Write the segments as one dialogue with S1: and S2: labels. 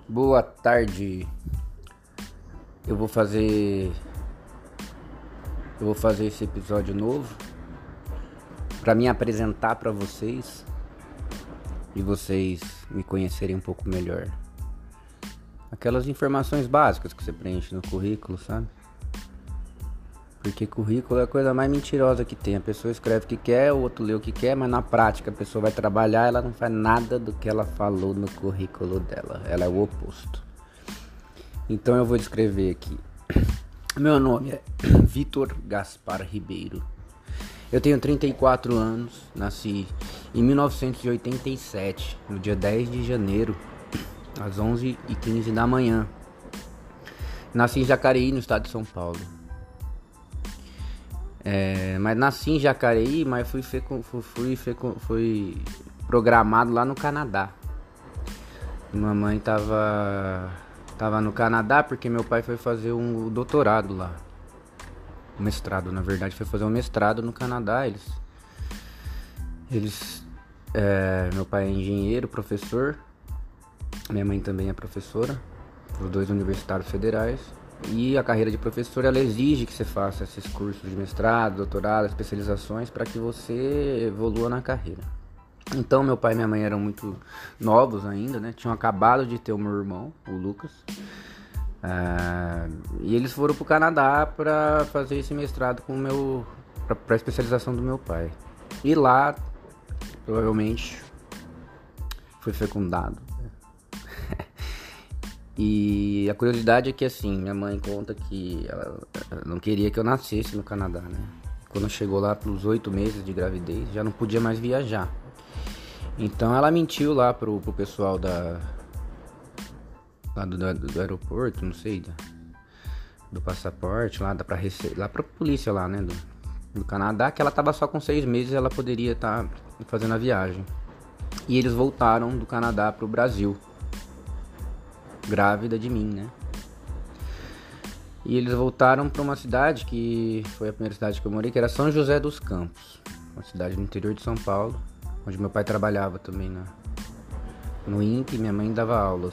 S1: Boa tarde. Eu vou fazer esse episódio novo para me apresentar para vocês e vocês me conhecerem um pouco melhor. Aquelas informações básicas que você preenche no currículo, sabe? Porque currículo é a coisa mais mentirosa que tem. A pessoa escreve o que quer, o outro lê o que quer, mas na prática a pessoa vai trabalhar, ela não faz nada do que ela falou no currículo dela. Ela é o oposto. Então eu vou descrever aqui. Meu nome é Vitor Gaspar Ribeiro. Eu tenho 34 anos, nasci em 1987, no dia 10 de janeiro, às 11h15 da manhã. Nasci em Jacareí, no estado de São Paulo. Mas nasci em Jacareí, mas fui programado lá no Canadá. Mamãe tava no Canadá porque meu pai foi fazer um doutorado lá. Um mestrado, na verdade, foi fazer um mestrado no Canadá. Meu pai é engenheiro, professor. Minha mãe também é professora, os dois universitários federais. E a carreira de professor, ela exige que você faça esses cursos de mestrado, doutorado, especializações para que você evolua na carreira. Então meu pai e minha mãe eram muito novos ainda, né? Tinham acabado de ter o meu irmão, o Lucas. E eles foram pro Canadá para fazer esse mestrado para especialização do meu pai. E lá, provavelmente, foi fecundado. E a curiosidade é que, assim, minha mãe conta que ela não queria que eu nascesse no Canadá, né? Quando chegou lá pros 8 meses de gravidez, já não podia mais viajar. Então ela mentiu lá pro pessoal lá do aeroporto, não sei, do passaporte, lá pra polícia lá, né, do Canadá, que ela tava só com 6 meses, ela poderia estar fazendo a viagem. E eles voltaram do Canadá pro Brasil, grávida de mim, né? E eles voltaram pra uma cidade que foi a primeira cidade que eu morei, que era São José dos Campos, uma cidade no interior de São Paulo, onde meu pai trabalhava também no INPE, e minha mãe dava aulas.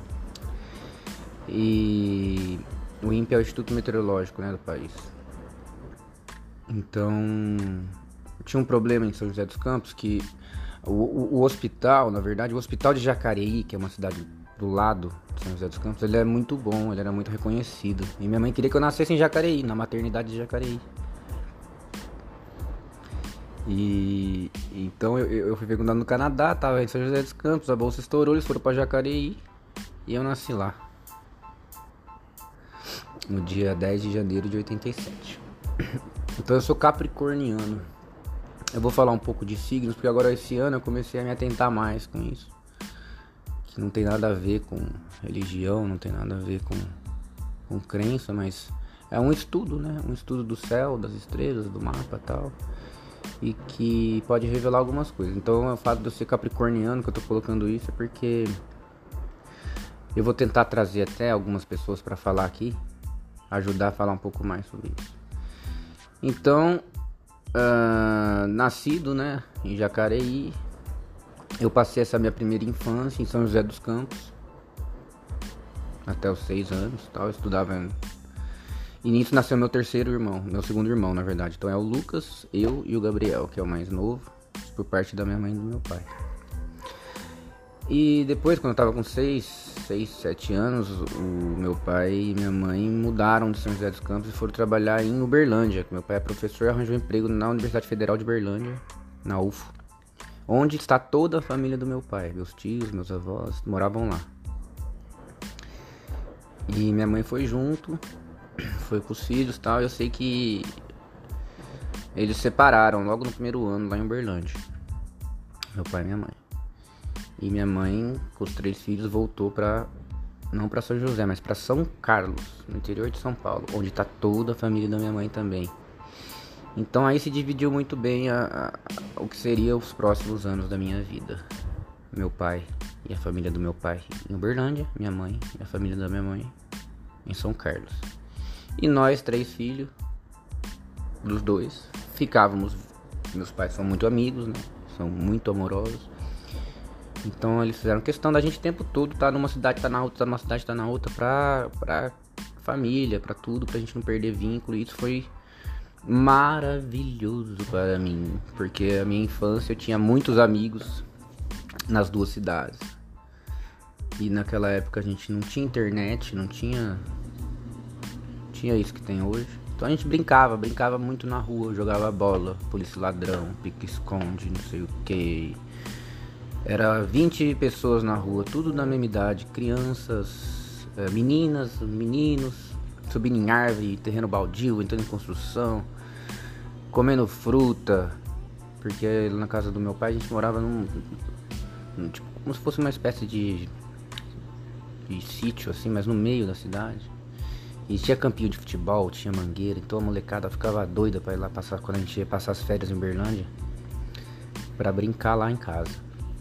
S1: E o INPE é o Instituto Meteorológico, né, do país. Então, tinha um problema em São José dos Campos que o hospital, na verdade, o hospital de Jacareí, que é uma cidade do lado de São José dos Campos, ele é muito bom, ele era muito reconhecido. E minha mãe queria que eu nascesse em Jacareí, na maternidade de Jacareí. E então eu fui fecundado no Canadá, tava em São José dos Campos, a bolsa estourou, eles foram pra Jacareí e eu nasci lá. No dia 10 de janeiro de 87. Então eu sou capricorniano. Eu vou falar um pouco de signos, porque agora esse ano eu comecei a me atentar mais com isso. Que não tem nada a ver com religião, não tem nada a ver com crença, mas é um estudo, né? Um estudo do céu, das estrelas, do mapa e tal. E que pode revelar algumas coisas. Então o fato de eu ser capricorniano, que eu tô colocando isso, é porque eu vou tentar trazer até algumas pessoas para falar aqui, ajudar a falar um pouco mais sobre isso. Então, nascido, né, em Jacareí, eu passei essa minha primeira infância em São José dos Campos, até os 6 anos, tal. Eu estudava. E nisso nasceu meu segundo irmão, na verdade. Então é o Lucas, eu e o Gabriel, que é o mais novo, por parte da minha mãe e do meu pai. E depois, quando eu tava com 6, 7 anos, o meu pai e minha mãe mudaram de São José dos Campos e foram trabalhar em Uberlândia. Meu pai é professor e arranjou emprego na Universidade Federal de Uberlândia, na UFO, onde está toda a família do meu pai. Meus tios, meus avós moravam lá. E minha mãe foi junto, foi com os filhos e tal. Eu sei que eles se separaram logo no primeiro ano lá em Uberlândia, meu pai e minha mãe. E minha mãe, com os 3 filhos, voltou não pra São José, mas pra São Carlos, no interior de São Paulo, onde tá toda a família da minha mãe também. Então aí se dividiu muito bem o que seria os próximos anos da minha vida. Meu pai e a família do meu pai em Uberlândia, minha mãe e a família da minha mãe em São Carlos. E nós, 3 filhos, dos 2, ficávamos. Meus pais são muito amigos, né? São muito amorosos. Então eles fizeram questão da gente o tempo todo tá numa cidade, tá na outra, tá numa cidade, tá na outra, pra família, pra tudo, pra gente não perder vínculo. E isso foi maravilhoso para mim, porque a minha infância eu tinha muitos amigos nas duas cidades. E naquela época a gente não tinha internet, não tinha isso que tem hoje. Então a gente brincava muito na rua, jogava bola, polícia ladrão, pique-esconde, não sei o que. Era 20 pessoas na rua, tudo na mesma idade, crianças, meninas, meninos, subindo em árvore, terreno baldio, entrando em construção, comendo fruta, porque na casa do meu pai a gente morava num tipo, como se fosse uma espécie de sítio assim, mas no meio da cidade. E tinha campinho de futebol, tinha mangueira, então a molecada ficava doida pra ir lá passar, quando a gente ia passar as férias em Uberlândia, pra brincar lá em casa.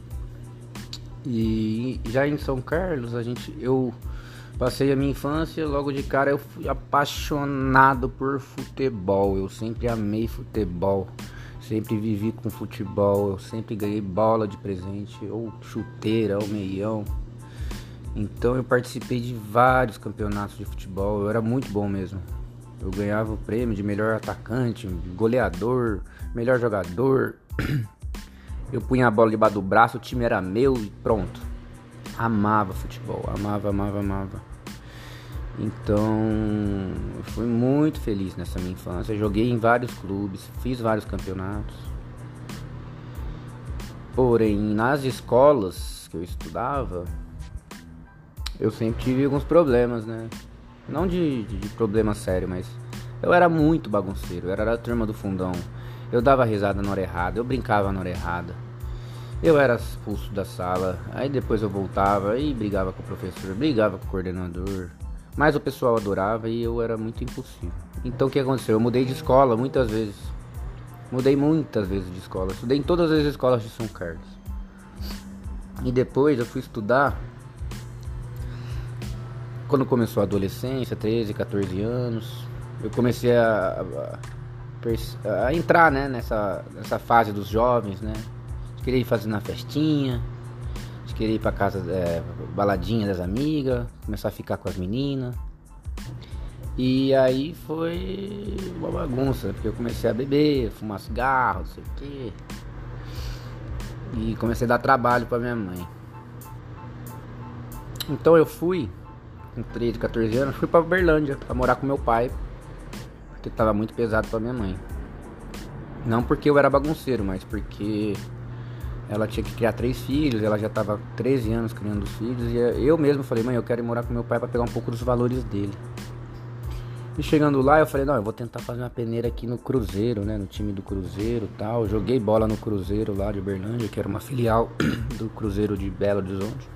S1: E já em São Carlos, eu passei a minha infância, logo de cara eu fui apaixonado por futebol. Eu sempre amei futebol, sempre vivi com futebol, eu sempre ganhei bola de presente, ou chuteira, ou meião. Então eu participei de vários campeonatos de futebol, eu era muito bom mesmo. Eu ganhava o prêmio de melhor atacante, goleador, melhor jogador. Eu punha a bola debaixo do braço, o time era meu e pronto. Amava futebol, amava. Então, eu fui muito feliz nessa minha infância. Eu joguei em vários clubes, fiz vários campeonatos. Porém, nas escolas que eu estudava, eu sempre tive alguns problemas, né? Não de problema sério, mas eu era muito bagunceiro, eu era da turma do fundão. Eu dava risada na hora errada, eu brincava na hora errada. Eu era expulso da sala, aí depois eu voltava e brigava com o professor, brigava com o coordenador. Mas o pessoal adorava e eu era muito impulsivo. Então o que aconteceu? Eu mudei de escola muitas vezes. Mudei muitas vezes de escola. Estudei em todas as escolas de São Carlos. E depois eu fui estudar. Quando começou a adolescência, 13, 14 anos, eu comecei a entrar, né, nessa fase dos jovens, né? De querer ir fazendo uma festinha, de querer ir pra casa, baladinha das amigas, começar a ficar com as meninas. E aí foi uma bagunça, porque eu comecei a beber, fumar cigarro, não sei o quê. E comecei a dar trabalho pra minha mãe. Então eu fui, com 13, 14 anos, fui pra Uberlândia, pra morar com meu pai, porque tava muito pesado pra minha mãe. Não porque eu era bagunceiro, mas porque ela tinha que criar 3 filhos, ela já tava 13 anos criando os filhos, e eu mesmo falei, mãe, eu quero ir morar com meu pai pra pegar um pouco dos valores dele. E chegando lá, eu falei, não, eu vou tentar fazer uma peneira aqui no Cruzeiro, né, no time do Cruzeiro e tal. Joguei bola no Cruzeiro lá de Uberlândia, que era uma filial do Cruzeiro de Belo Horizonte.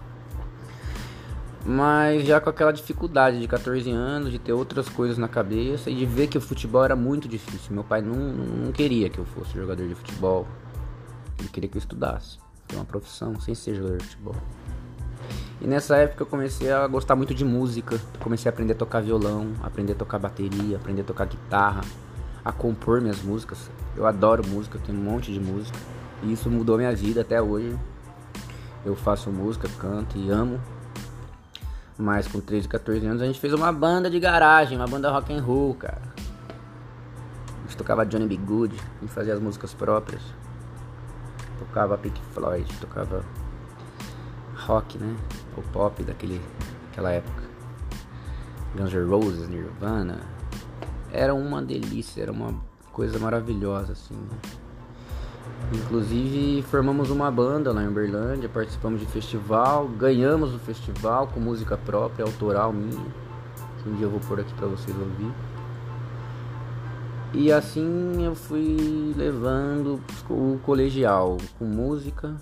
S1: Mas já com aquela dificuldade de 14 anos, de ter outras coisas na cabeça e de ver que o futebol era muito difícil. Meu pai não queria que eu fosse jogador de futebol. Ele queria que eu estudasse, ter uma profissão sem ser jogador de futebol. E nessa época eu comecei a gostar muito de música. Comecei a aprender a tocar violão, aprender a tocar bateria, aprender a tocar guitarra, a compor minhas músicas. Eu adoro música, eu tenho um monte de música. E isso mudou minha vida até hoje. Eu faço música, canto e amo. Mas com 13, 14 anos a gente fez uma banda de garagem, uma banda rock and roll, cara. A gente tocava Johnny B. Good, a gente fazia as músicas próprias. Tocava Pink Floyd, tocava rock, né? O pop daquela época. Guns N' Roses, Nirvana. Era uma delícia, era uma coisa maravilhosa, assim, né? Inclusive formamos uma banda lá em Uberlândia, participamos de festival, ganhamos o festival com música própria, autoral minha, que um dia eu vou pôr aqui pra vocês ouvir. E assim eu fui levando o colegial com música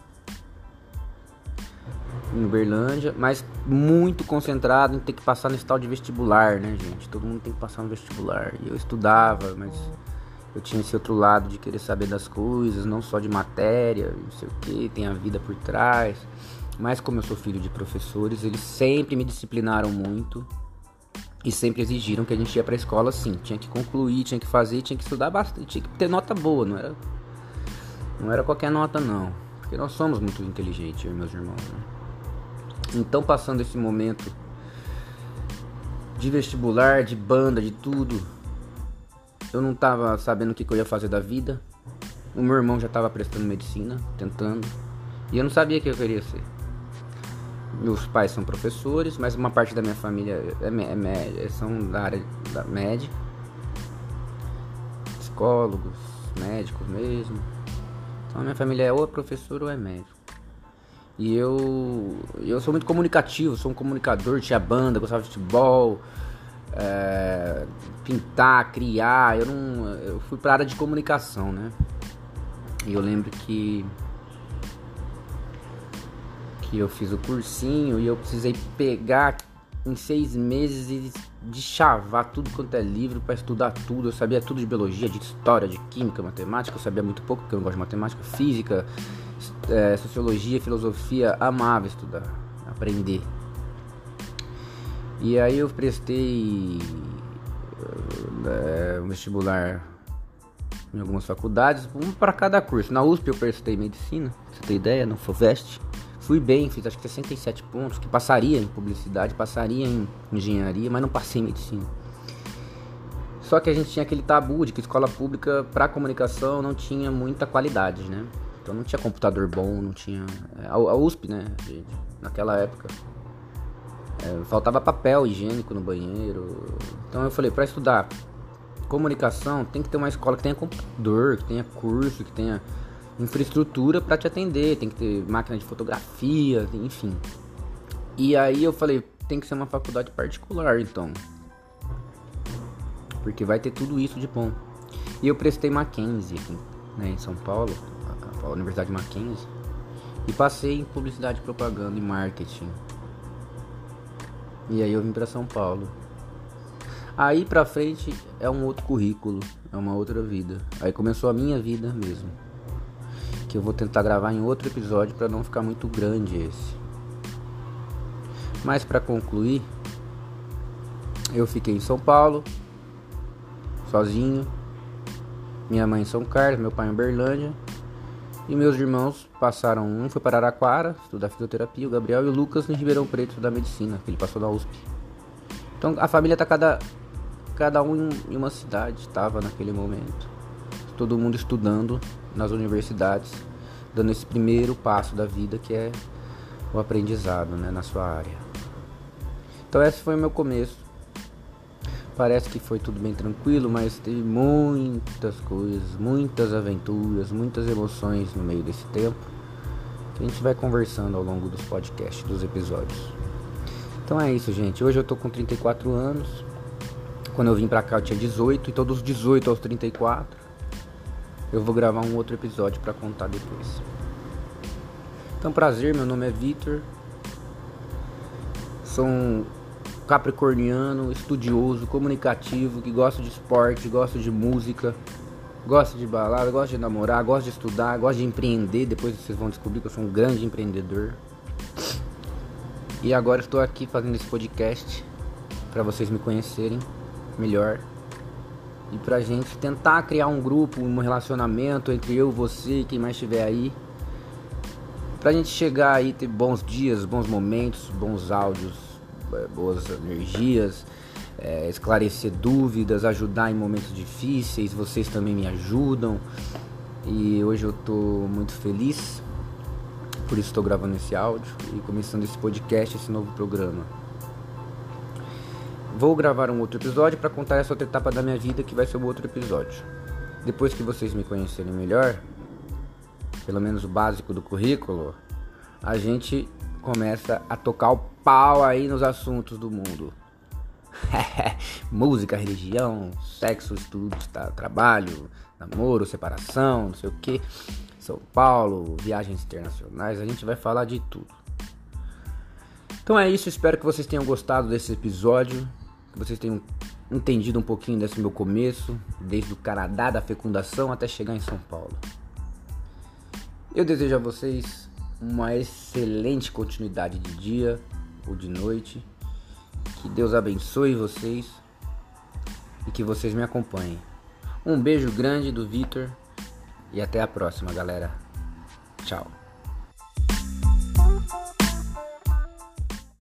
S1: em Uberlândia, mas muito concentrado em ter que passar nesse tal de vestibular, né, gente? Todo mundo tem que passar no vestibular. E eu estudava, mas eu tinha esse outro lado de querer saber das coisas, não só de matéria, não sei o que, tem a vida por trás. Mas como eu sou filho de professores, eles sempre me disciplinaram muito e sempre exigiram que a gente ia pra escola sim. Tinha que concluir, tinha que fazer, tinha que estudar bastante, tinha que ter nota boa, não era qualquer nota não. porque nós somos muito inteligentes, eu e meus irmãos, né? Então, passando esse momento de vestibular, de banda, de tudo, eu não tava sabendo o que eu ia fazer da vida. O meu irmão já tava prestando medicina, tentando, e eu não sabia o que eu queria ser. Meus pais são professores, mas uma parte da minha família são da área da médica, psicólogos, médicos mesmo. Então a minha família é ou professor ou é médico. E eu sou muito comunicativo, sou um comunicador, tinha banda, gostava de futebol, pintar, criar. Eu fui pra área de comunicação, né? E eu lembro que eu fiz o cursinho e eu precisei pegar em 6 meses e deschavar tudo quanto é livro para estudar tudo. Eu sabia tudo de biologia, de história, de química, matemática. Eu sabia muito pouco porque eu não gosto de matemática, física, sociologia, filosofia. Amava estudar, aprender. E aí eu prestei um vestibular em algumas faculdades, um para cada curso. Na USP eu prestei medicina, pra você ter ideia, no FUVEST. Fui bem, fiz acho que 67 pontos, que passaria em publicidade, passaria em engenharia, mas não passei em medicina. Só que a gente tinha aquele tabu de que escola pública para comunicação não tinha muita qualidade, né? Então não tinha computador bom, não tinha... A USP, né, gente, naquela época, faltava papel higiênico no banheiro. Então eu falei, para estudar comunicação tem que ter uma escola que tenha computador, que tenha curso, que tenha infraestrutura para te atender, tem que ter máquina de fotografia, enfim. E aí eu falei, tem que ser uma faculdade particular, então, porque vai ter tudo isso de bom. E eu prestei Mackenzie aqui, né, em São Paulo, a Universidade Mackenzie, e passei em publicidade, propaganda e marketing. E aí eu vim para São Paulo. Aí pra frente é um outro currículo, é uma outra vida. Aí começou a minha vida mesmo, que eu vou tentar gravar em outro episódio para não ficar muito grande esse. Mas para concluir, eu fiquei em São Paulo, sozinho. Minha mãe em São Carlos, meu pai em Uberlândia. E meus irmãos passaram, um foi para Araraquara, estudar fisioterapia, o Gabriel, e o Lucas em Ribeirão Preto, estudar medicina, que ele passou na USP. Então a família tá cada um em uma cidade, estava naquele momento. Todo mundo estudando nas universidades, dando esse primeiro passo da vida, que é o aprendizado, né, na sua área. Então esse foi o meu começo. Parece que foi tudo bem tranquilo, mas teve muitas coisas, muitas aventuras, muitas emoções no meio desse tempo, que a gente vai conversando ao longo dos podcasts, dos episódios. Então é isso, gente. Hoje eu tô com 34 anos. Quando eu vim pra cá eu tinha 18, então dos 18 aos 34 eu vou gravar um outro episódio pra contar depois. Então, prazer, meu nome é Vitor. Sou um capricorniano, estudioso, comunicativo, que gosta de esporte, gosta de música, gosta de balada, gosta de namorar, gosta de estudar, gosta de empreender. Depois vocês vão descobrir que eu sou um grande empreendedor. E agora estou aqui fazendo esse podcast pra vocês me conhecerem melhor. E pra gente tentar criar um grupo, um relacionamento entre eu, você e quem mais estiver aí. Pra gente chegar aí, ter bons dias, bons momentos, bons áudios, boas energias, esclarecer dúvidas, ajudar em momentos difíceis. Vocês também me ajudam. E hoje eu tô muito feliz, por isso estou gravando esse áudio e começando esse podcast, esse novo programa. Vou gravar um outro episódio para contar essa outra etapa da minha vida, que vai ser um outro episódio. Depois que vocês me conhecerem melhor, pelo menos o básico do currículo, a gente começa a tocar o pau aí nos assuntos do mundo. Música, religião, sexo, estudos, trabalho, namoro, separação, não sei o que, São Paulo, viagens internacionais, a gente vai falar de tudo. Então é isso, espero que vocês tenham gostado desse episódio, que vocês tenham entendido um pouquinho desse meu começo, desde o Canadá, da fecundação até chegar em São Paulo. Eu desejo a vocês uma excelente continuidade de dia ou de noite, que Deus abençoe vocês e que vocês me acompanhem. Um beijo grande do Vitor e até a próxima, galera. Tchau.